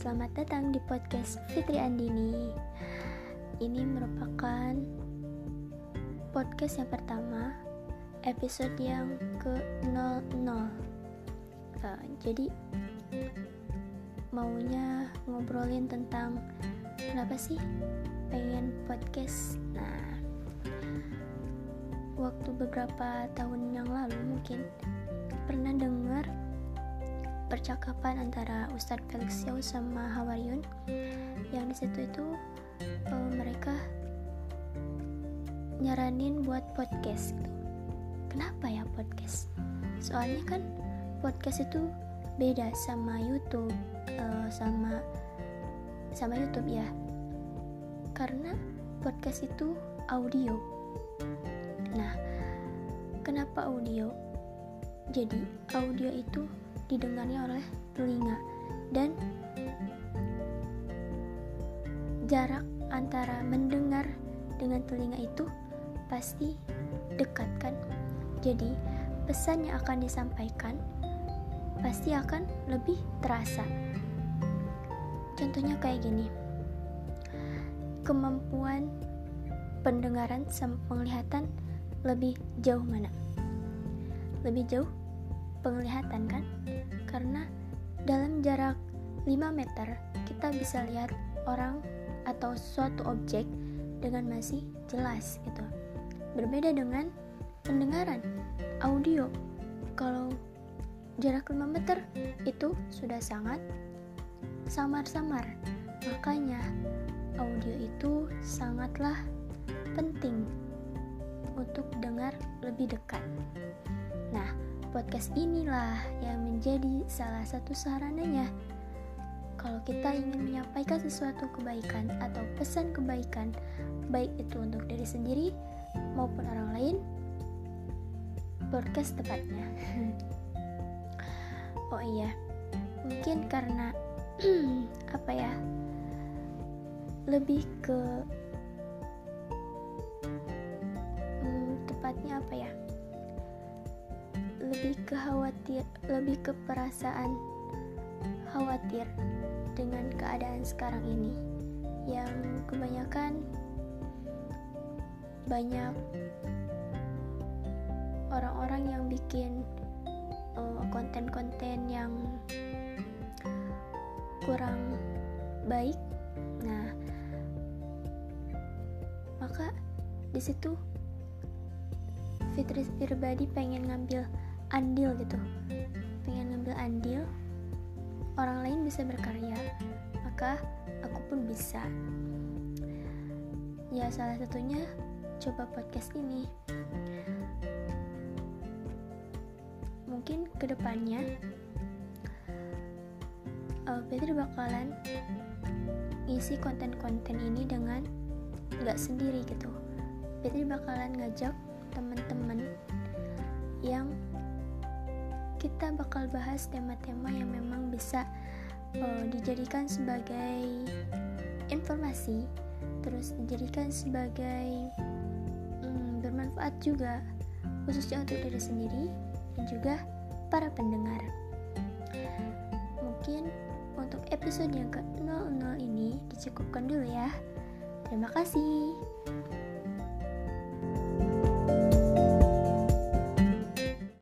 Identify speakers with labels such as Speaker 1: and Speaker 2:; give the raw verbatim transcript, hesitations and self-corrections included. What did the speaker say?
Speaker 1: selamat datang di podcast Fitri Andini. Ini merupakan podcast yang pertama, episode yang ke nol nol. uh, Jadi maunya ngobrolin tentang kenapa sih pengen podcast. Nah, waktu beberapa tahun yang lalu mungkin pernah dengar percakapan antara Ustadz Felix Xiao sama Hawaryun, yang di situ itu uh, mereka nyaranin buat podcast gitu. Kenapa ya podcast? Soalnya kan podcast itu beda sama YouTube, uh, sama sama YouTube ya. Karena podcast itu audio. Nah, kenapa audio? Jadi audio itu didengarnya oleh telinga, dan jarak antara mendengar dengan telinga itu pasti dekat kan. Jadi pesan yang akan disampaikan pasti akan lebih terasa. Contohnya kayak gini, kemampuan pendengaran sama penglihatan lebih jauh mana? Lebih jauh penglihatan kan, karena dalam jarak lima meter kita bisa lihat orang atau suatu objek dengan masih jelas gitu. Berbeda dengan pendengaran audio. Kalau jarak lima meter itu sudah sangat samar-samar. Makanya audio itu sangatlah penting untuk dengar lebih dekat. Nah, podcast inilah yang menjadi salah satu sarananya. Kalau kita ingin menyampaikan sesuatu kebaikan atau pesan kebaikan, baik itu untuk diri sendiri maupun orang lain, podcast tepatnya. Oh iya, mungkin karena apa ya, lebih ke hmm, tepatnya apa ya? lebih ke khawatir, lebih ke perasaan khawatir dengan keadaan sekarang ini, yang kebanyakan banyak orang-orang yang bikin uh, konten-konten yang kurang baik. Nah, maka di situ Fitri pribadi pengen ngambil andil gitu, pengen ngambil andil. Orang lain bisa berkarya, maka aku pun bisa. Ya, salah satunya coba podcast ini. Mungkin kedepannya uh, Fitri bakalan ngisi konten-konten ini dengan gak sendiri gitu. Fitri bakalan ngajak teman-teman yang kita bakal bahas tema-tema yang memang bisa uh, dijadikan sebagai informasi, terus dijadikan sebagai um, bermanfaat juga, khususnya untuk diri sendiri dan juga para pendengar. Mungkin untuk episode yang ke nol nol ini dicukupkan dulu ya. Terima kasih.